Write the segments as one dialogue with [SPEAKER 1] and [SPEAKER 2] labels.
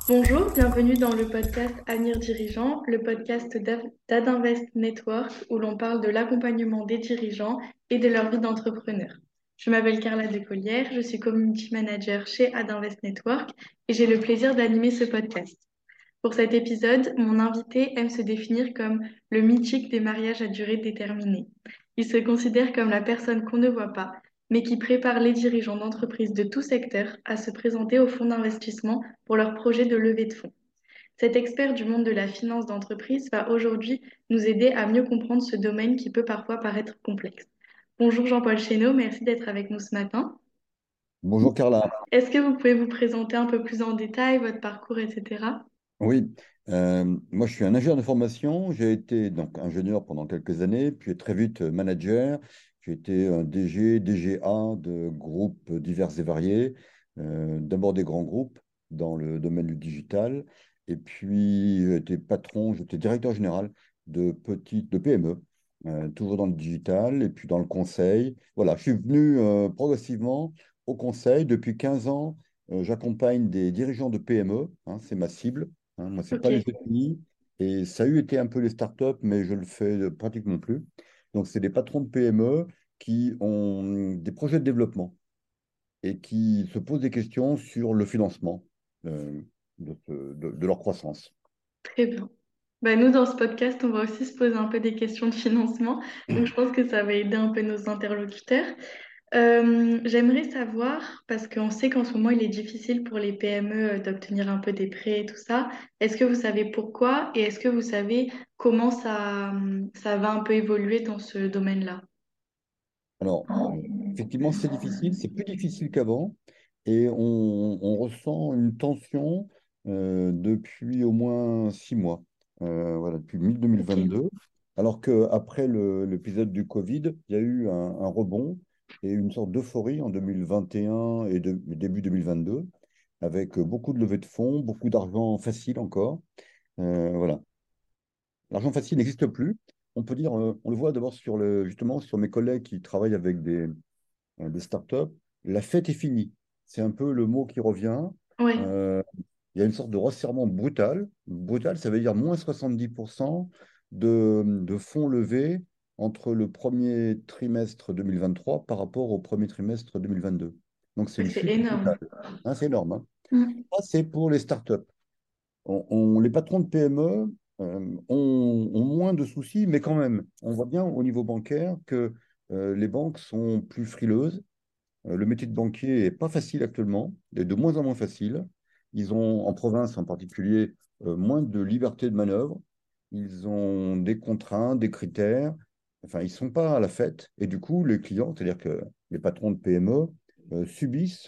[SPEAKER 1] Bonjour, bienvenue dans le podcast Avenir Dirigeant, le podcast d'Adinvest Network où l'on parle de l'accompagnement des dirigeants et de leur vie d'entrepreneur. Je m'appelle Carla Decollière, je suis Community Manager chez Adinvest Network et j'ai le plaisir d'animer ce podcast. Pour cet épisode, mon invité aime se définir comme le mythique des mariages à durée déterminée. Il se considère comme la personne qu'on ne voit pas, mais qui prépare les dirigeants d'entreprises de tout secteur à se présenter aux fonds d'investissement pour leurs projets de levée de fonds. Cet expert du monde de la finance d'entreprise va aujourd'hui nous aider à mieux comprendre ce domaine qui peut parfois paraître complexe. Bonjour Jean-Paul Chénaud, merci d'être avec nous ce matin.
[SPEAKER 2] Bonjour Carla.
[SPEAKER 1] Est-ce que vous pouvez vous présenter un peu plus en détail, votre parcours, etc.
[SPEAKER 2] Oui, moi je suis un ingénieur de formation. J'ai été donc ingénieur pendant quelques années, puis très vite manager. J'ai été un DG, DGA de groupes divers et variés. D'abord des grands groupes dans le domaine du digital. Et puis j'ai été patron, j'étais directeur général de PME, toujours dans le digital et puis dans le conseil. Voilà, je suis venu progressivement au conseil depuis 15 ans. J'accompagne des dirigeants de PME, hein, c'est ma cible. Hein, moi, c'est pas les
[SPEAKER 1] Ok,
[SPEAKER 2] ETI. Et ça a eu été un peu les startups, mais je le fais pratiquement plus. Donc, c'est des patrons de PME qui ont des projets de développement et qui se posent des questions sur le financement euh, de leur croissance.
[SPEAKER 1] très bien. Bah, nous, dans ce podcast, on va aussi se poser un peu des questions de financement. Donc, je pense que ça va aider un peu nos interlocuteurs. J'aimerais savoir, parce qu'on sait qu'en ce moment, il est difficile pour les PME d'obtenir un peu des prêts et tout ça. Est-ce que vous savez pourquoi et est-ce que vous savez comment ça va un peu évoluer dans ce domaine-là?
[SPEAKER 2] Alors, effectivement, c'est difficile, c'est plus difficile qu'avant, et on ressent une tension depuis au moins 6 mois, voilà, depuis
[SPEAKER 1] Ok,
[SPEAKER 2] mi-2022, alors qu'après l'épisode du Covid, il y a eu un rebond et une sorte d'euphorie en 2021 et début 2022, avec beaucoup de levées de fonds, beaucoup d'argent facile encore. Voilà. L'argent facile n'existe plus. On peut dire, on le voit d'abord justement sur mes collègues qui travaillent avec des startups, la fête est finie. C'est un peu le mot qui revient.
[SPEAKER 1] oui,
[SPEAKER 2] Euh, il y a une sorte de resserrement brutal. Brutal, ça veut dire moins 70% de fonds levés entre le premier trimestre 2023 par rapport au premier trimestre 2022. Donc c'est
[SPEAKER 1] oui,
[SPEAKER 2] une
[SPEAKER 1] c'est
[SPEAKER 2] chute brutale.
[SPEAKER 1] énorme.
[SPEAKER 2] Hein, c'est énorme. Hein.
[SPEAKER 1] Mm.
[SPEAKER 2] Ça, c'est pour les startups. Les patrons de PME ont moins de soucis, mais quand même, on voit bien au niveau bancaire que les banques sont plus frileuses. Le métier de banquier est pas facile actuellement, est de moins en moins facile. Ils ont, en province en particulier, moins de liberté de manœuvre. Ils ont des contraintes, des critères. Enfin, ils sont pas à la fête. Et du coup, les clients, c'est-à-dire que les patrons de PME, subissent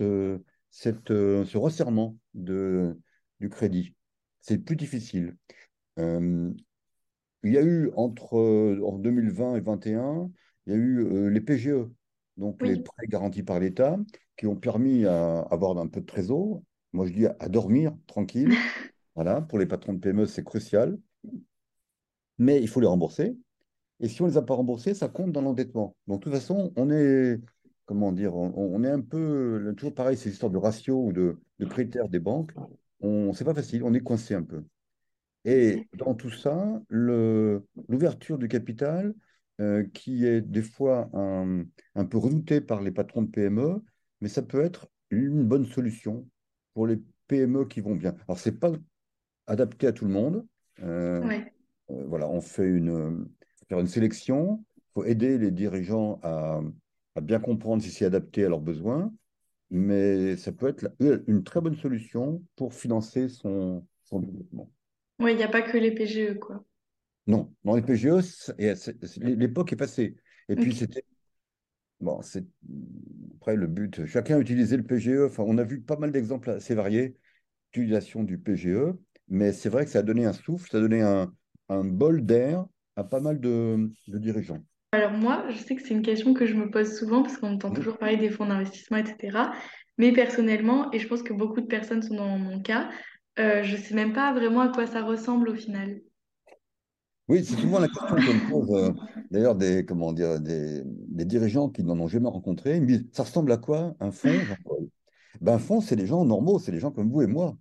[SPEAKER 2] ce resserrement du crédit. C'est plus difficile. Euh, il y a eu en 2020 et 2021, il y a eu les PGE, donc les
[SPEAKER 1] Oui,
[SPEAKER 2] prêts garantis par l'État, qui ont permis à avoir un peu de trésor. Moi, je dis à dormir tranquille. Voilà, pour les patrons de PME, c'est crucial. Mais il faut les rembourser. Et si on ne les a pas remboursés, ça compte dans l'endettement. Donc, de toute façon, on est, comment dire, on est un peu, toujours pareil, ces histoires de ratio ou de critères des banques. C'est pas facile, on est coincé un peu. Et dans tout ça, l'ouverture du capital, qui est des fois un peu redoutée par les patrons de PME, mais ça peut être une bonne solution pour les PME qui vont bien. Alors, c'est pas adapté à tout le monde. Euh,
[SPEAKER 1] ouais.
[SPEAKER 2] voilà, faut faire une sélection. Il faut aider les dirigeants à bien comprendre si c'est adapté à leurs besoins, mais ça peut être une très bonne solution pour financer son développement.
[SPEAKER 1] Oui, il n'y a pas que les PGE, quoi.
[SPEAKER 2] Non, dans les PGE, l'époque est passée. Et puis
[SPEAKER 1] Ok.
[SPEAKER 2] c'était, bon, c'est après le but, chacun utilisait le PGE. Enfin, on a vu pas mal d'exemples assez variés d'utilisation du PGE, mais c'est vrai que ça a donné un souffle, ça a donné un bol d'air à pas mal de dirigeants.
[SPEAKER 1] Alors moi, je sais que c'est une question que je me pose souvent parce qu'on entend
[SPEAKER 2] Mm.
[SPEAKER 1] toujours parler des fonds d'investissement, etc. Mais personnellement, et je pense que beaucoup de personnes sont dans mon cas, je sais même pas vraiment à quoi ça ressemble au final.
[SPEAKER 2] Oui, c'est souvent la question que me posent d'ailleurs comment dire, des dirigeants qui n'en ont jamais rencontré. Ils me disent, ça ressemble à quoi un fonds, Jean-Paul? Ben, un fonds, c'est des gens normaux, c'est des gens comme vous et moi.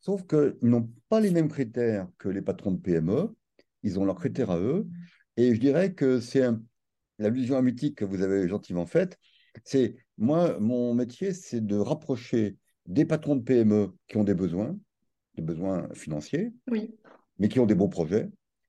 [SPEAKER 2] Sauf qu'ils n'ont pas les mêmes critères que les patrons de PME. Ils ont leurs critères à eux. Et je dirais que la vision mythique que vous avez gentiment faite. C'est moi, mon métier, c'est de rapprocher des patrons de PME qui ont des besoins financiers,
[SPEAKER 1] Oui,
[SPEAKER 2] mais qui ont des beaux projets,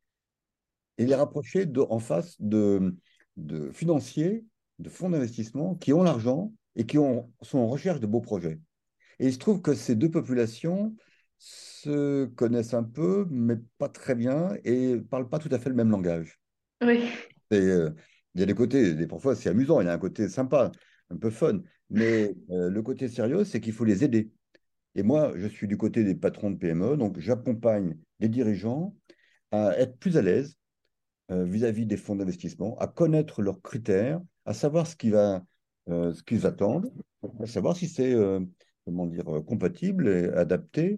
[SPEAKER 2] et les rapprocher en face de financiers, de fonds d'investissement qui ont l'argent et sont en recherche de beaux projets. Et il se trouve que ces deux populations se connaissent un peu, mais pas très bien, et ne parlent pas tout à fait le même langage.
[SPEAKER 1] oui,
[SPEAKER 2] Et, il y a des côtés, parfois c'est amusant, il y a un côté sympa, un peu fun, mais le côté sérieux, c'est qu'il faut les aider. Et moi, je suis du côté des patrons de PME, donc j'accompagne les dirigeants à être plus à l'aise vis-à-vis des fonds d'investissement, à connaître leurs critères, à savoir ce qu'ils attendent, à savoir si c'est comment dire, compatible et adapté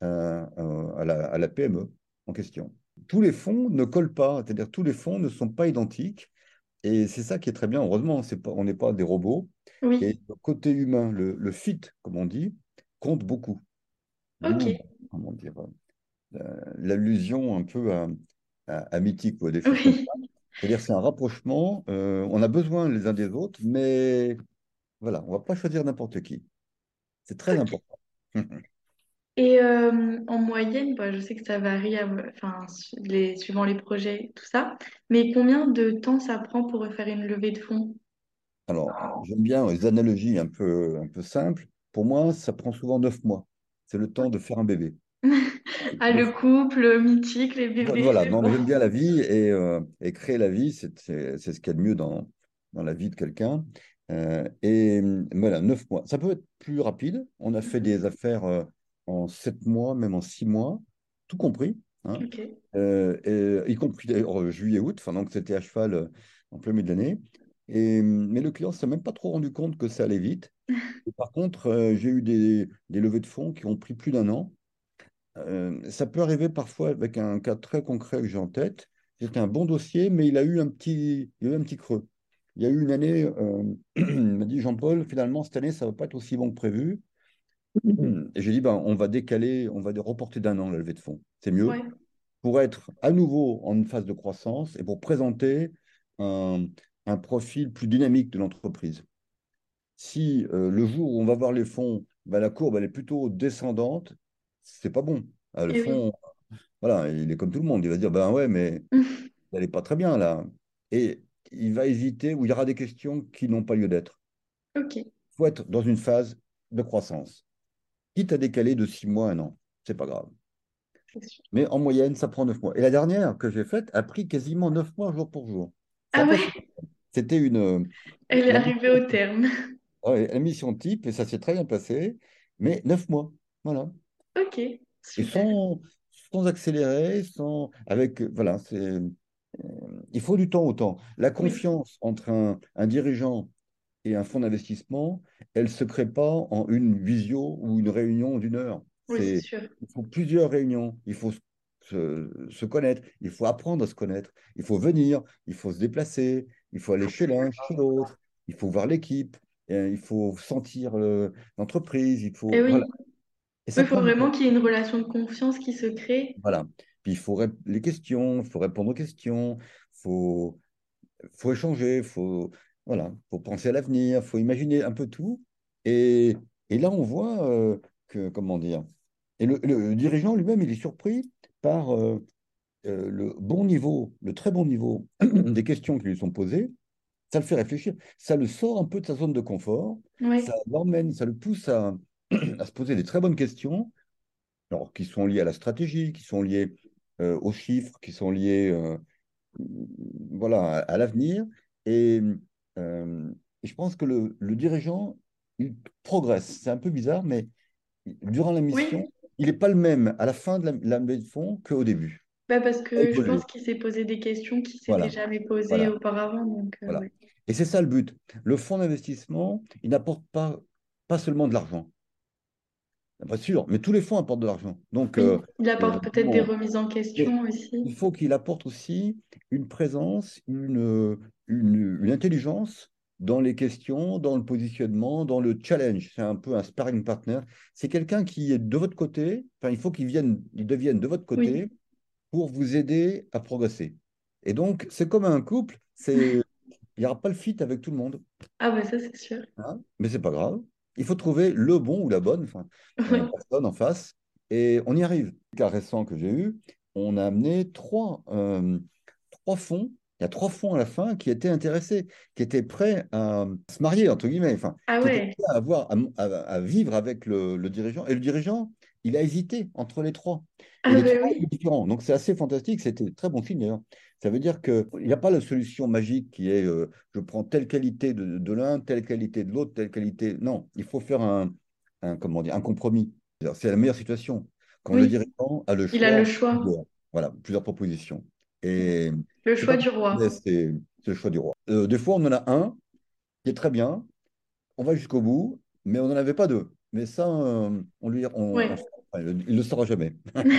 [SPEAKER 2] à la PME en question. Tous les fonds ne collent pas, c'est-à-dire tous les fonds ne sont pas identiques. Et c'est ça qui est très bien. Heureusement, on n'est pas des robots.
[SPEAKER 1] oui,
[SPEAKER 2] Et le côté humain, le fit, comme on dit, compte beaucoup.
[SPEAKER 1] ok.
[SPEAKER 2] D'où, comment dire, l'allusion un peu à mythique ou à des choses comme
[SPEAKER 1] Oui,
[SPEAKER 2] ça. C'est-à-dire c'est un rapprochement. On a besoin les uns des autres, mais voilà, on ne va pas choisir n'importe qui. C'est très
[SPEAKER 1] ok.
[SPEAKER 2] important.
[SPEAKER 1] Et en moyenne, bah, je sais que ça varie enfin, suivant les projets, tout ça, mais combien de temps ça prend pour faire une levée de fonds?
[SPEAKER 2] Alors, j'aime bien les analogies un peu simples. Pour moi, ça prend souvent 9 mois. C'est le temps de faire un bébé.
[SPEAKER 1] Ah, le couple mythique, les bébés,
[SPEAKER 2] Voilà,
[SPEAKER 1] c'est
[SPEAKER 2] donc
[SPEAKER 1] bon.
[SPEAKER 2] j'aime bien la vie et créer la vie, c'est ce qu'il y a de mieux dans la vie de quelqu'un. Voilà, 9 mois. Ça peut être plus rapide. On a fait des affaires en 7 mois, même en 6 mois, tout compris, hein.
[SPEAKER 1] Ok,
[SPEAKER 2] Y compris d'ailleurs juillet, août, enfin, donc c'était à cheval en plein milieu de l'année. Mais le client ne s'est même pas trop rendu compte que ça allait vite. Et par contre, j'ai eu des levées de fonds qui ont pris plus d'un an. Ça peut arriver parfois avec un cas très concret que j'ai en tête. C'était un bon dossier, mais il y a eu un petit creux. Il y a eu une année, il m'a dit Jean-Paul, finalement, cette année, ça ne va pas être aussi bon que prévu. Et j'ai dit, ben, on va décaler, on va reporter d'un an la levée de fonds. C'est mieux
[SPEAKER 1] ouais,
[SPEAKER 2] pour être à nouveau en phase de croissance et pour présenter un, un profil plus dynamique de l'entreprise. Si le jour où on va voir les fonds, ben, la courbe elle est plutôt descendante, c'est pas bon. Le
[SPEAKER 1] et oui.
[SPEAKER 2] fonds, voilà, il est comme tout le monde. Il va dire, ben ouais, mais elle n'est pas très bien là. Et il va hésiter ou il y aura des questions qui n'ont pas lieu d'être.
[SPEAKER 1] Ok,
[SPEAKER 2] Il faut être dans une phase de croissance. Quitte à décaler de 6 mois à un an, c'est pas grave.
[SPEAKER 1] c'est sûr.
[SPEAKER 2] Mais en moyenne, ça prend 9 mois. Et la dernière que j'ai faite a pris quasiment 9 mois jour pour jour. C'est
[SPEAKER 1] Ah
[SPEAKER 2] impressionnant.
[SPEAKER 1] ouais,
[SPEAKER 2] C'était
[SPEAKER 1] elle est
[SPEAKER 2] la
[SPEAKER 1] arrivée
[SPEAKER 2] mission,
[SPEAKER 1] au terme.
[SPEAKER 2] ouais, la mission type et ça s'est très bien passé. Mais 9 mois, voilà.
[SPEAKER 1] Ok,
[SPEAKER 2] Et
[SPEAKER 1] super.
[SPEAKER 2] sans accélérer, avec, voilà, il faut du temps au temps. La
[SPEAKER 1] Oui,
[SPEAKER 2] confiance entre un dirigeant et un fonds d'investissement, elle ne se crée pas en une visio ou une réunion d'1 heure.
[SPEAKER 1] oui, c'est sûr.
[SPEAKER 2] Il faut plusieurs réunions, il faut se connaître, il faut apprendre à se connaître, il faut venir, il faut se déplacer, il faut aller chez l'un, chez l'autre, il faut voir l'équipe, il faut sentir l'entreprise,
[SPEAKER 1] Et
[SPEAKER 2] voilà.
[SPEAKER 1] oui,
[SPEAKER 2] Et ça
[SPEAKER 1] il faut
[SPEAKER 2] prend du
[SPEAKER 1] vraiment
[SPEAKER 2] temps.
[SPEAKER 1] qu'il y ait une relation de confiance qui se crée.
[SPEAKER 2] Voilà. Puis il faut les questions, il faut répondre aux questions, faut faut échanger, voilà, faut penser à l'avenir, faut imaginer un peu tout. Et, et là, on voit que, comment dire, et le dirigeant lui-même, il est surpris par le bon niveau, le très bon niveau des questions qui lui sont posées. Ça le fait réfléchir, ça le sort un peu de sa zone de confort,
[SPEAKER 1] Ouais,
[SPEAKER 2] ça l'emmène, ça le pousse à se poser des très bonnes questions, alors qui sont liées à la stratégie, qui sont liées aux chiffres, qui sont liées voilà, à l'avenir. Et, euh, et je pense que le dirigeant, il progresse. C'est un peu bizarre, mais durant la mission,
[SPEAKER 1] oui,
[SPEAKER 2] il n'est pas le même à la fin de la levée de fonds qu'au début.
[SPEAKER 1] bah parce
[SPEAKER 2] Il a
[SPEAKER 1] que je pense
[SPEAKER 2] évolué.
[SPEAKER 1] qu'il s'est posé des questions qu'il s'était
[SPEAKER 2] Voilà,
[SPEAKER 1] jamais posées
[SPEAKER 2] voilà,
[SPEAKER 1] auparavant. Donc,
[SPEAKER 2] voilà.
[SPEAKER 1] ouais.
[SPEAKER 2] Et c'est ça le but. Le fonds d'investissement, il n'apporte pas seulement de l'argent. Pas sûr, mais tous les fonds apportent de l'argent. Donc,
[SPEAKER 1] Oui, il apporte peut-être des
[SPEAKER 2] bon,
[SPEAKER 1] remises en
[SPEAKER 2] mais
[SPEAKER 1] question
[SPEAKER 2] il
[SPEAKER 1] aussi.
[SPEAKER 2] faut qu'il apporte aussi une présence, une intelligence dans les questions, dans le positionnement, dans le challenge. C'est un peu un sparring partner. C'est quelqu'un qui est de votre côté, enfin, il faut il devienne de votre
[SPEAKER 1] Oui.
[SPEAKER 2] côté pour vous aider à progresser. Et donc, c'est comme un couple, il n'y aura pas le fit avec tout le monde,
[SPEAKER 1] Ah bah ça, c'est sûr.
[SPEAKER 2] hein, mais c'est pas grave. Il faut trouver le bon ou la bonne enfin,
[SPEAKER 1] Oui.
[SPEAKER 2] personne en face, et on y arrive. Le cas récent que j'ai eu, on a amené trois fonds. Il y a trois fonds à la fin qui étaient intéressés, qui étaient prêts à se marier, entre guillemets, enfin,
[SPEAKER 1] Ah
[SPEAKER 2] qui étaient
[SPEAKER 1] ouais.
[SPEAKER 2] prêts à vivre avec le dirigeant. Et le dirigeant, il a hésité entre les trois. Et
[SPEAKER 1] Ah
[SPEAKER 2] les
[SPEAKER 1] bah
[SPEAKER 2] trois
[SPEAKER 1] oui.
[SPEAKER 2] étaient différents. Donc c'est assez fantastique. C'était très bon signe d'ailleurs. Ça veut dire qu'il n'y a pas la solution magique qui est je prends telle qualité de l'un, telle qualité de l'autre, telle qualité. Non, il faut faire comment dire, un compromis. C'est la meilleure situation. Quand le
[SPEAKER 1] Oui.
[SPEAKER 2] dirigeant a le
[SPEAKER 1] Il a le
[SPEAKER 2] choix,
[SPEAKER 1] choix.
[SPEAKER 2] voilà, plusieurs propositions. Et
[SPEAKER 1] Le
[SPEAKER 2] c'est
[SPEAKER 1] choix
[SPEAKER 2] pas
[SPEAKER 1] du
[SPEAKER 2] mais
[SPEAKER 1] roi.
[SPEAKER 2] c'est le choix du roi. Des fois, on en a un qui est très bien, on va jusqu'au bout, mais on n'en avait pas deux. Mais ça, on lui,
[SPEAKER 1] Ouais.
[SPEAKER 2] enfin, il ne le saura jamais.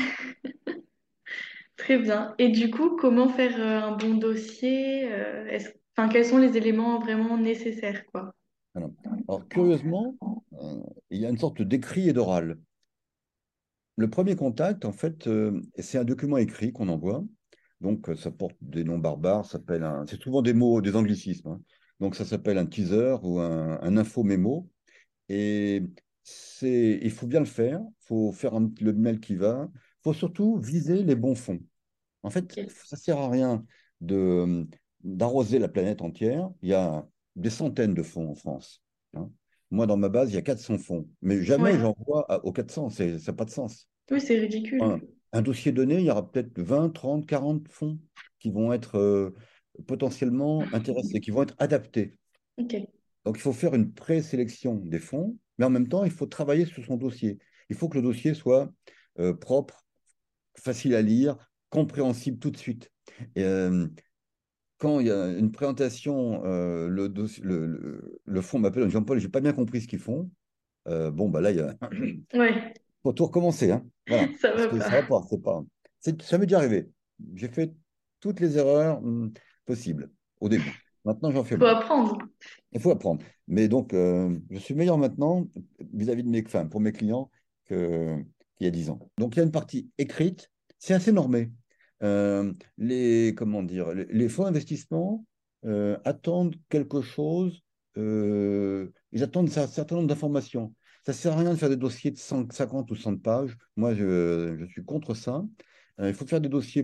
[SPEAKER 1] Très bien. Et du coup, comment faire un bon dossier? Enfin, quels sont les éléments vraiment nécessaires, quoi?
[SPEAKER 2] Voilà. Alors, curieusement, il y a une sorte d'écrit et d'oral. Le premier contact, en fait, c'est un document écrit qu'on envoie. Donc, ça porte des noms barbares, c'est souvent des mots, des anglicismes, hein. Donc, ça s'appelle un teaser ou un info mémo. Et il faut bien le faire. Il faut faire le mail qui va. Il faut surtout viser les bons fonds. En fait,
[SPEAKER 1] Ok.
[SPEAKER 2] ça ne sert à rien de, d'arroser la planète entière. Il y a des centaines de fonds en France, hein. Moi, dans ma base, il y a 400 fonds. Mais jamais
[SPEAKER 1] Ouais.
[SPEAKER 2] j'envoie aux 400. Ça n'a pas de sens.
[SPEAKER 1] Oui, c'est
[SPEAKER 2] Un,
[SPEAKER 1] ridicule.
[SPEAKER 2] un dossier donné, il y aura peut-être 20, 30, 40 fonds qui vont être potentiellement intéressés, qui vont être adaptés.
[SPEAKER 1] Ok.
[SPEAKER 2] Donc, il faut faire une présélection des fonds, mais en même temps, il faut travailler sur son dossier. Il faut que le dossier soit propre, facile à lire, compréhensible tout de suite. Et, quand il y a une présentation, le fonds m'appelle en disant Paul, j'ai pas bien compris ce qu'ils font. Bon, bah là,
[SPEAKER 1] Ouais,
[SPEAKER 2] faut tout recommencer, hein. Voilà,
[SPEAKER 1] ça
[SPEAKER 2] parce
[SPEAKER 1] va
[SPEAKER 2] que
[SPEAKER 1] pas.
[SPEAKER 2] ça va pas, ça m'est déjà arrivé. J'ai fait toutes les erreurs possibles au début. Maintenant, j'en fais
[SPEAKER 1] Faut
[SPEAKER 2] moins.
[SPEAKER 1] apprendre.
[SPEAKER 2] Il faut apprendre. Mais donc, je suis meilleur maintenant vis-à-vis enfin, pour mes clients qu'il y a 10 ans. Donc, il y a une partie écrite, c'est assez normé. Comment dire, les fonds d'investissement attendent quelque chose, ils attendent un certain nombre d'informations. Ça ne sert à rien de faire des dossiers de 150 ou 100 pages. Moi, je suis contre ça. Il faut faire des dossiers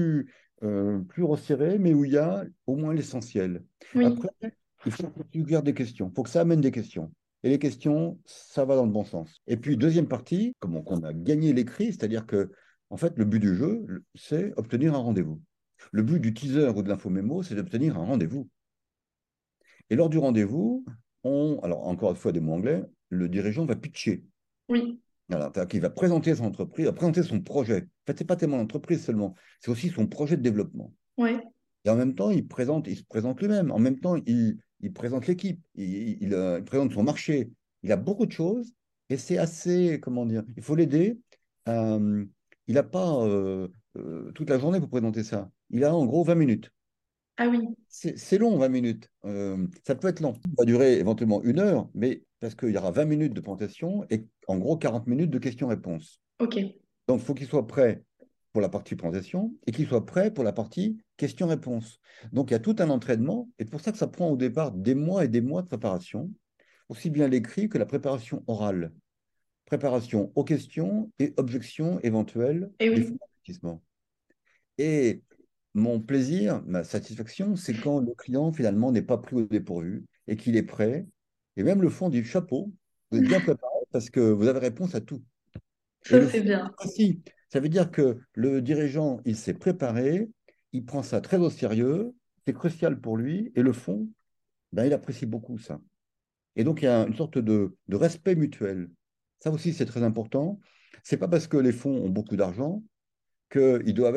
[SPEAKER 2] plus resserrés, mais où il y a au moins l'essentiel.
[SPEAKER 1] Oui,
[SPEAKER 2] Après, il faut que tu gardes des questions. Il faut que ça amène des questions. Et les questions, ça va dans le bon sens. Et puis, deuxième partie, comment qu'on a gagné l'écrit, c'est-à-dire que, en fait, le but du jeu, c'est obtenir un rendez-vous. Le but du teaser ou de l'infomémo, c'est d'obtenir un rendez-vous. Et lors du rendez-vous, alors encore une fois des mots anglais, le dirigeant va pitcher.
[SPEAKER 1] oui,
[SPEAKER 2] Voilà, c'est-à-dire qu'il va présenter son entreprise, va présenter son projet. En fait, ce n'est pas tellement l'entreprise seulement, c'est aussi son projet de développement.
[SPEAKER 1] ouais,
[SPEAKER 2] Et en même temps, il se présente lui-même. En même temps, il présente l'équipe. Il présente son marché. Il a beaucoup de choses. Et c'est assez, comment dire, il faut l'aider. Euh, il n'a pas toute la journée pour présenter ça. Il a en gros 20 minutes.
[SPEAKER 1] ah oui,
[SPEAKER 2] C'est long, 20 minutes. Ça peut être long. Ça va durer éventuellement 1 heure, mais parce qu'il y aura 20 minutes de présentation et en gros 40 minutes de questions-réponses.
[SPEAKER 1] ok,
[SPEAKER 2] Donc, il faut qu'il soit prêt pour la partie présentation et qu'il soit prêt pour la partie questions-réponses. Donc, il y a tout un entraînement et c'est pour ça que ça prend au départ des mois et des mois de préparation, aussi bien l'écrit que la préparation orale. Préparation aux questions et objections éventuelles
[SPEAKER 1] et
[SPEAKER 2] des fonds
[SPEAKER 1] oui,
[SPEAKER 2] d'investissement. Et mon plaisir, ma satisfaction, c'est quand le client finalement n'est pas pris au dépourvu et qu'il est prêt. Et même le fond dit chapeau, vous êtes bien préparé parce que vous avez réponse à tout. Et
[SPEAKER 1] ça
[SPEAKER 2] le
[SPEAKER 1] c'est
[SPEAKER 2] fond
[SPEAKER 1] bien.
[SPEAKER 2] aussi, ça veut dire que le dirigeant, il s'est préparé, il prend ça très au sérieux, c'est crucial pour lui, et le fond, ben, il apprécie beaucoup ça. Et donc, il y a une sorte de respect mutuel. Ça aussi, c'est très important. C'est pas parce que les fonds ont beaucoup d'argent qu'ils doivent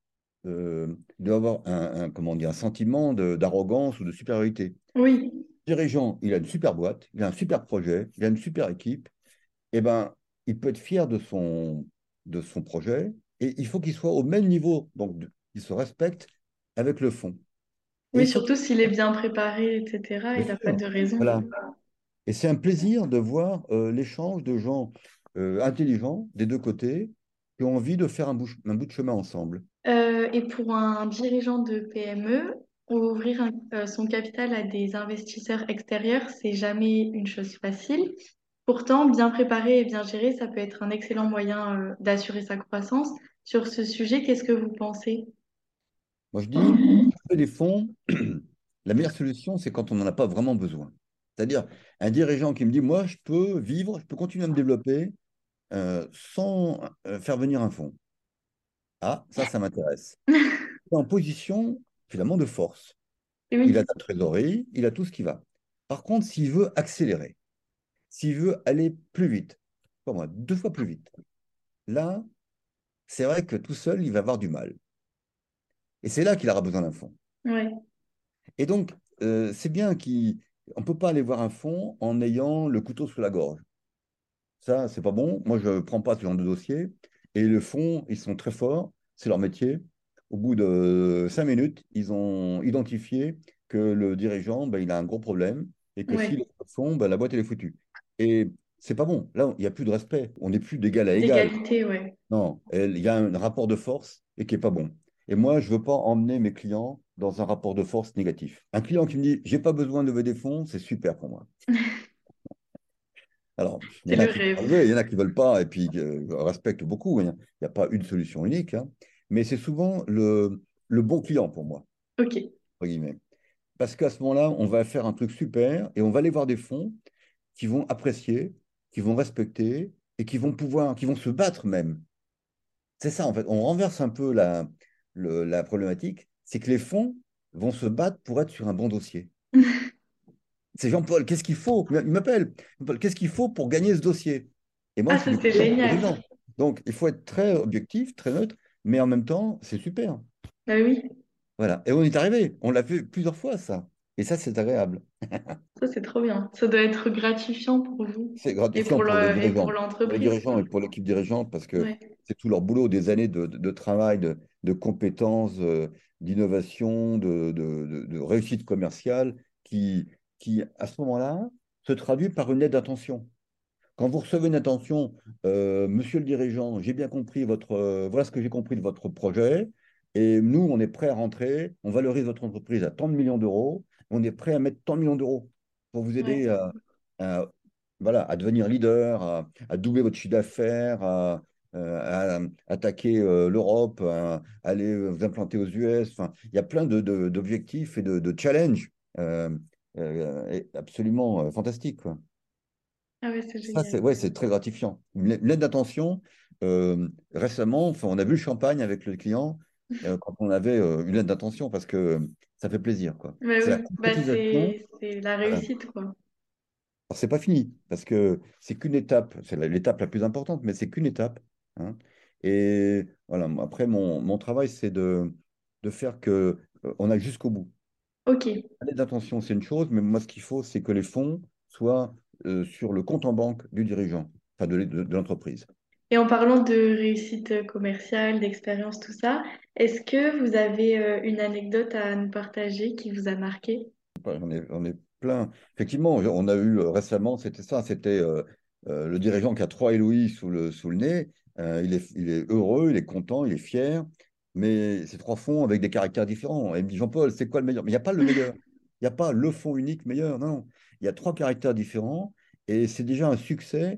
[SPEAKER 2] ils doivent avoir comment dire, un sentiment d'arrogance ou de supériorité.
[SPEAKER 1] Oui,
[SPEAKER 2] Le dirigeant, il a une super boîte, il a un super projet, il a une super équipe, eh ben, il peut être fier de son projet et il faut qu'il soit au même niveau, donc qu'il se respecte avec le fond. Et
[SPEAKER 1] Oui,
[SPEAKER 2] il faut
[SPEAKER 1] surtout s'il est bien préparé, etc.,
[SPEAKER 2] bien
[SPEAKER 1] il n'a pas
[SPEAKER 2] sûr,
[SPEAKER 1] de raison.
[SPEAKER 2] voilà. Et c'est un plaisir de voir l'échange de gens intelligents des deux côtés qui ont envie de faire un bout de chemin ensemble.
[SPEAKER 1] Et pour un dirigeant de PME, ouvrir son capital à des investisseurs extérieurs, c'est jamais une chose facile. Pourtant, bien préparé et bien géré, ça peut être un excellent moyen, d'assurer sa croissance. Sur ce sujet, qu'est-ce que vous pensez?
[SPEAKER 2] Moi, je dis, les fonds, la meilleure solution, c'est quand on n'en a pas vraiment besoin. C'est-à-dire, un dirigeant qui me dit, moi, je peux vivre, je peux continuer à me développer sans faire venir un fonds. Ah, ça m'intéresse. Il est en position, finalement, de force. Il a
[SPEAKER 1] Oui,
[SPEAKER 2] la trésorerie, il a tout ce qui va. Par contre, s'il veut accélérer, s'il veut aller plus vite, pas moi, 2 fois plus vite, là, c'est vrai que tout seul, il va avoir du mal. Et c'est là qu'il aura besoin d'un fonds.
[SPEAKER 1] ouais.
[SPEAKER 2] Et donc, c'est bien qu'on ne peut pas aller voir un fonds en ayant le couteau sous la gorge. Ça, c'est pas bon. Moi, je ne prends pas ce genre de dossier. Et le fonds, ils sont très forts. C'est leur métier. Au bout de 5 minutes, ils ont identifié que le dirigeant, ben, il a un gros problème et que s'il
[SPEAKER 1] Ouais,
[SPEAKER 2] est au fond, ben, la boîte, elle est foutue. Et c'est pas bon. Là, il n'y a plus de respect. On n'est plus d'égal à égal.
[SPEAKER 1] d'égalité, ouais.
[SPEAKER 2] Non, il y a un rapport de force et qui n'est pas bon. Et moi, je ne veux pas emmener mes clients dans un rapport de force négatif. Un client qui me dit, j'ai pas besoin de lever des fonds, c'est super pour moi. Alors, il y
[SPEAKER 1] C'est
[SPEAKER 2] en a
[SPEAKER 1] le
[SPEAKER 2] qui
[SPEAKER 1] rêve.
[SPEAKER 2] veulent lever, il y en a qui ne veulent pas, et puis je respecte beaucoup, hein. Il n'y a pas une solution unique, hein. Mais c'est souvent le bon client pour moi,
[SPEAKER 1] Ok.
[SPEAKER 2] entre guillemets. Parce qu'à ce moment-là, on va faire un truc super et on va aller voir des fonds qui vont apprécier, qui vont respecter et qui vont pouvoir, qui vont se battre même. C'est ça, en fait. On renverse un peu la problématique. C'est que les fonds vont se battre pour être sur un bon dossier. C'est Jean-Paul, qu'est-ce qu'il faut? Il m'appelle. Jean-Paul, qu'est-ce qu'il faut pour gagner ce dossier? Et moi,
[SPEAKER 1] Ah,
[SPEAKER 2] je suis
[SPEAKER 1] ça
[SPEAKER 2] le
[SPEAKER 1] c'est
[SPEAKER 2] client du
[SPEAKER 1] génial.
[SPEAKER 2] dirigeant. Donc, il faut être très objectif, très neutre, mais en même temps, c'est super.
[SPEAKER 1] Bah oui,
[SPEAKER 2] Voilà. Et on est arrivé. On l'a fait plusieurs fois, ça. Et ça, c'est agréable.
[SPEAKER 1] ça c'est trop bien. Ça doit être gratifiant pour vous
[SPEAKER 2] C'est gratifiant pour le
[SPEAKER 1] et pour
[SPEAKER 2] dirigeant. Pour les
[SPEAKER 1] l'entreprise,
[SPEAKER 2] dirigeants
[SPEAKER 1] quoi.
[SPEAKER 2] et pour l'équipe dirigeante, parce que
[SPEAKER 1] Ouais.
[SPEAKER 2] c'est tout leur boulot, des années de travail, de compétences, d'innovation, de réussite commerciale, qui, à ce moment-là, se traduit par une lettre d'intention. Quand vous recevez une intention, monsieur le dirigeant, j'ai bien compris voilà ce que j'ai compris de votre projet, et nous, on est prêt à rentrer, on valorise votre entreprise à tant de millions d'euros, on est prêt à mettre tant de millions d'euros pour vous aider
[SPEAKER 1] Ouais.
[SPEAKER 2] à, voilà, à devenir leader, à doubler votre chiffre d'affaires, à attaquer l'Europe, à aller vous implanter aux US. Enfin, il y a plein d'objectifs et de challenges absolument fantastiques, quoi.
[SPEAKER 1] Ah ouais, c'est
[SPEAKER 2] Ça,
[SPEAKER 1] génial.
[SPEAKER 2] c'est ouais, c'est très gratifiant. Une lettre d'intention, récemment, enfin, on a bu le champagne avec le client quand on avait une lettre d'intention parce que ça fait plaisir, quoi.
[SPEAKER 1] Bah
[SPEAKER 2] C'est la
[SPEAKER 1] oui, bah
[SPEAKER 2] concrétisation.
[SPEAKER 1] c'est la
[SPEAKER 2] Voilà.
[SPEAKER 1] réussite, quoi.
[SPEAKER 2] Alors, c'est pas fini parce que c'est qu'une étape, c'est l'étape la plus importante, mais c'est qu'une étape, hein. Et voilà, après, mon travail, c'est de faire que on aille jusqu'au bout.
[SPEAKER 1] Ok.
[SPEAKER 2] La lettre d'intention, c'est une chose, mais moi, ce qu'il faut, c'est que les fonds soient sur le compte en banque du dirigeant, enfin de l'entreprise.
[SPEAKER 1] Et en parlant de réussite commerciale, d'expérience, tout ça, est-ce que vous avez une anecdote à nous partager qui vous a marqué?
[SPEAKER 2] J'en ai plein. Effectivement, on a eu récemment, c'était ça, c'était le dirigeant qui a 3 Louis sous le nez. Il est heureux, il est content, il est fier, mais ces 3 fonds avec des caractères différents. Et il me dit, Jean-Paul, c'est quoi le meilleur? Mais il n'y a pas le meilleur. Il n'y a pas le fond unique meilleur. Non, non. Il y a 3 caractères différents et c'est déjà un succès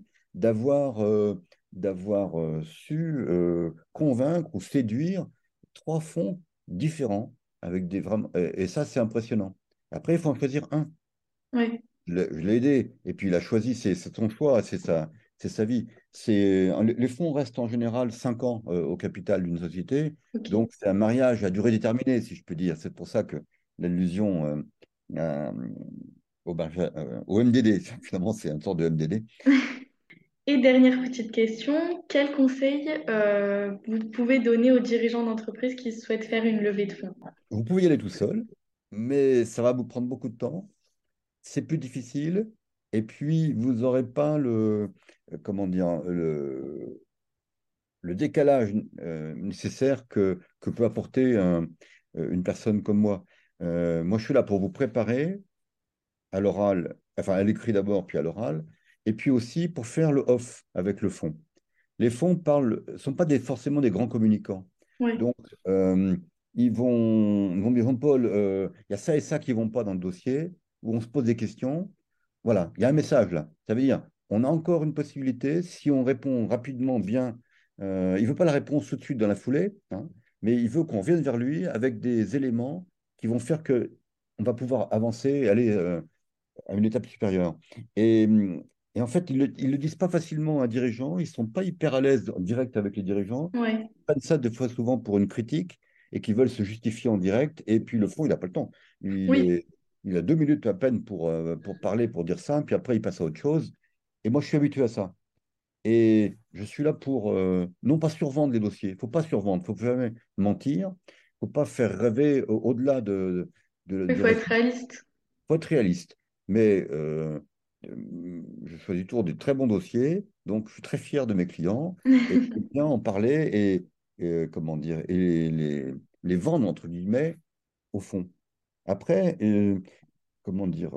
[SPEAKER 2] d'avoir su convaincre ou séduire 3 fonds différents avec des vraiment. Et ça, c'est impressionnant. Après, il faut en choisir un.
[SPEAKER 1] Ouais,
[SPEAKER 2] Je l'ai aidé. Et puis, il a choisi, c'est son choix, c'est sa vie. Les fonds restent en général 5 ans au capital d'une société.
[SPEAKER 1] ok.
[SPEAKER 2] Donc, c'est un mariage à durée déterminée, si je peux dire. C'est pour ça que l'allusion euh, au MDD, finalement, c'est une sorte de MDD.
[SPEAKER 1] Et dernière petite question, quel conseil vous pouvez donner aux dirigeants d'entreprise qui souhaitent faire une levée de fonds?
[SPEAKER 2] Vous pouvez y aller tout seul, mais ça va vous prendre beaucoup de temps. C'est plus difficile. Et puis, vous n'aurez pas comment dire, le décalage nécessaire que peut apporter une personne comme moi. Moi, je suis là pour vous préparer à l'oral, enfin à l'écrit d'abord, puis à l'oral, et puis aussi pour faire le off avec le fond. Les fonds parlent, sont pas forcément des grands communicants.
[SPEAKER 1] Oui,
[SPEAKER 2] Donc, ils vont dire, Jean-Paul, il y a ça et ça qui ne vont pas dans le dossier, où on se pose des questions. Voilà, il y a un message là. Ça veut dire, on a encore une possibilité, si on répond rapidement, bien, il ne veut pas la réponse tout de suite dans la foulée, hein, mais il veut qu'on vienne vers lui avec des éléments qui vont faire que on va pouvoir avancer et aller à une étape supérieure. Et, et en fait, ils le disent pas facilement à un dirigeant, ils sont pas hyper à l'aise en direct avec les dirigeants,
[SPEAKER 1] oui,
[SPEAKER 2] ils prennent ça des fois souvent pour une critique et qui veulent se justifier en direct, et puis le fond, il n'a pas le temps. Il
[SPEAKER 1] oui,
[SPEAKER 2] est, il a 2 minutes à peine pour parler, pour dire ça, puis après, il passe à autre chose. Et moi, je suis habitué à ça. Et je suis là pour non pas survendre les dossiers. Il ne faut pas survendre, il ne faut jamais mentir. Il ne faut pas faire rêver au-delà
[SPEAKER 1] il
[SPEAKER 2] du
[SPEAKER 1] faut être
[SPEAKER 2] résultat.
[SPEAKER 1] réaliste.
[SPEAKER 2] Faut être réaliste. Mais je choisis toujours des très bons dossiers, donc je suis très fier de mes clients et j'aime bien en parler comment dire, et les vendre, entre guillemets, au fond. Après, comment dire,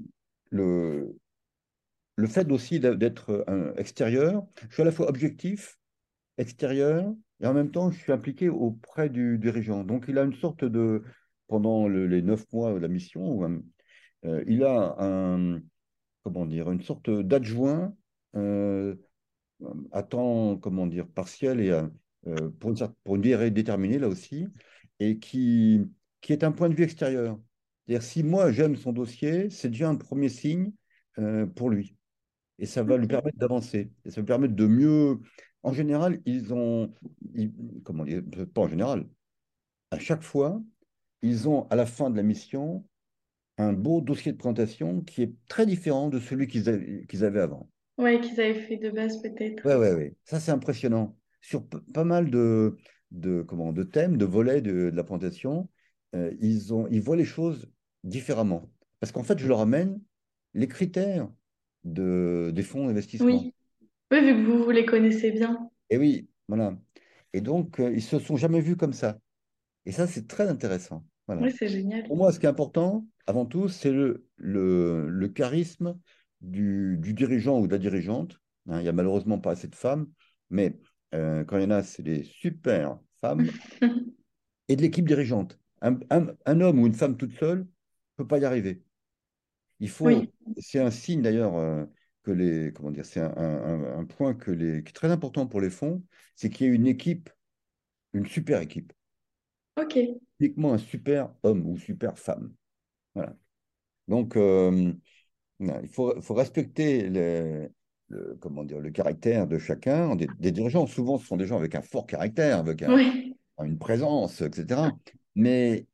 [SPEAKER 2] le, le fait aussi d'être extérieur, je suis à la fois objectif, extérieur, et en même temps, je suis impliqué auprès du dirigeant. Donc, il a une sorte de, pendant les 9 mois de la mission, il a comment dire, une sorte d'adjoint euh, à temps, comment dire, partiel et pour une durée déterminée là aussi, et qui est un point de vue extérieur. C'est-à-dire, si moi j'aime son dossier, c'est déjà un premier signe pour lui. Et ça va lui
[SPEAKER 1] Ok.
[SPEAKER 2] permettre d'avancer. Et ça va lui permettre de mieux. En général, ils- comment dire, pas en général, à chaque fois, ils ont à la fin de la mission un beau dossier de présentation qui est très différent de celui qu'ils avaient avant.
[SPEAKER 1] Ouais, qu'ils avaient fait de base peut-être.
[SPEAKER 2] Ouais, ouais, ouais. Ça, c'est impressionnant. Sur pas mal de thèmes, de volets de la présentation, ils voient les choses différemment. Parce qu'en fait, je leur amène les critères des fonds d'investissement.
[SPEAKER 1] Oui, oui, vu que vous les connaissez bien.
[SPEAKER 2] Et oui, voilà. Et donc, ils se sont jamais vus comme ça. Et ça, c'est très intéressant. Voilà.
[SPEAKER 1] Oui, c'est génial.
[SPEAKER 2] Pour moi, ce qui est important, avant tout, c'est le charisme du dirigeant ou de la dirigeante. Hein, il n'y a malheureusement pas assez de femmes, mais quand il y en a, c'est des super femmes. Et de l'équipe dirigeante. Un homme ou une femme toute seule ne peut pas y arriver. Il faut,
[SPEAKER 1] Oui,
[SPEAKER 2] c'est un signe d'ailleurs comment dire, c'est un point qui est très important pour les fonds, c'est qu'il y ait une équipe, une super équipe.
[SPEAKER 1] ok.
[SPEAKER 2] Uniquement un super homme ou super femme. Voilà. Donc, non, il faut respecter comment dire, le caractère de chacun. Des dirigeants, souvent, ce sont des gens avec un fort caractère, avec
[SPEAKER 1] Oui,
[SPEAKER 2] une présence, etc. Mais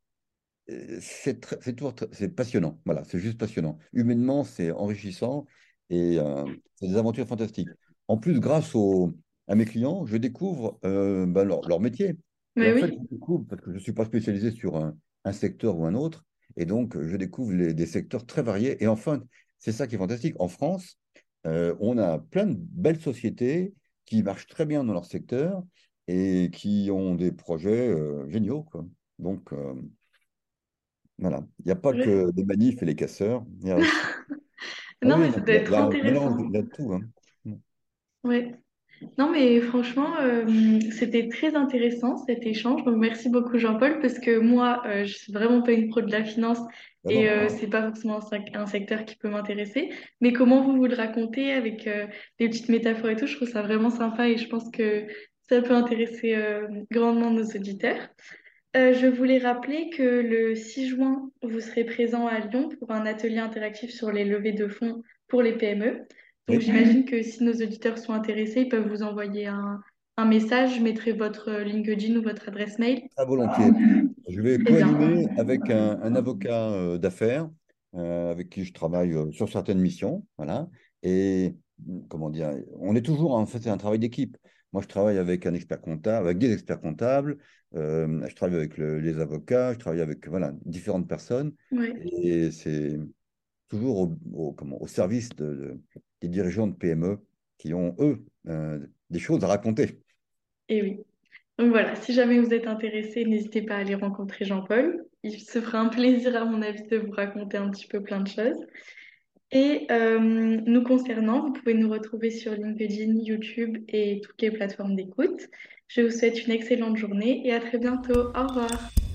[SPEAKER 2] c'est passionnant. Voilà, c'est juste passionnant. Humainement, c'est enrichissant et c'est des aventures fantastiques. En plus, à mes clients, je découvre ben, leur métier. Et
[SPEAKER 1] mais
[SPEAKER 2] en fait,
[SPEAKER 1] oui,
[SPEAKER 2] je découvre, parce que je ne suis pas spécialisé sur un secteur ou un autre, et donc je découvre des secteurs très variés. Et enfin, c'est ça qui est fantastique. En France, on a plein de belles sociétés qui marchent très bien dans leur secteur et qui ont des projets géniaux, quoi. Donc, voilà. Il n'y a pas
[SPEAKER 1] ouais.
[SPEAKER 2] que les manifs et les casseurs. Il y a aussi. Ah
[SPEAKER 1] Non,
[SPEAKER 2] oui,
[SPEAKER 1] mais ça
[SPEAKER 2] non,
[SPEAKER 1] doit
[SPEAKER 2] il y
[SPEAKER 1] être
[SPEAKER 2] a un mélange
[SPEAKER 1] intéressant.
[SPEAKER 2] de tout, hein.
[SPEAKER 1] Ouais. Non, mais franchement, c'était très intéressant cet échange. Donc, merci beaucoup, Jean-Paul, parce que moi, je suis vraiment pas une pro de la finance
[SPEAKER 2] Ah
[SPEAKER 1] et
[SPEAKER 2] non.
[SPEAKER 1] c'est pas forcément un secteur qui peut m'intéresser. Mais comment vous le racontez avec des petites métaphores et tout, je trouve ça vraiment sympa et je pense que ça peut intéresser grandement nos auditeurs. Je voulais rappeler que le 6 juin, vous serez présent à Lyon pour un atelier interactif sur les levées de fonds pour les PME. Donc
[SPEAKER 2] Oui,
[SPEAKER 1] j'imagine que si nos auditeurs sont intéressés, ils peuvent vous envoyer un message. Je mettrai votre LinkedIn ou votre adresse mail.
[SPEAKER 2] très volontiers. Je vais
[SPEAKER 1] Très bien.
[SPEAKER 2] co-animer avec un avocat d'affaires avec qui je travaille sur certaines missions. Voilà. Et comment dire, on est toujours, en fait, c'est un travail d'équipe. Moi, je travaille avec un expert comptable, avec des experts comptables, je travaille avec les avocats, je travaille avec voilà, différentes personnes.
[SPEAKER 1] Oui,
[SPEAKER 2] Et c'est toujours au service des dirigeants de PME qui ont, eux, des choses à raconter.
[SPEAKER 1] et oui. Donc voilà, si jamais vous êtes intéressé, n'hésitez pas à aller rencontrer Jean-Paul. il se fera un plaisir, à mon avis, de vous raconter un petit peu plein de choses. Et nous concernant, vous pouvez nous retrouver sur LinkedIn, YouTube et toutes les plateformes d'écoute. Je vous souhaite une excellente journée et à très bientôt. Au revoir.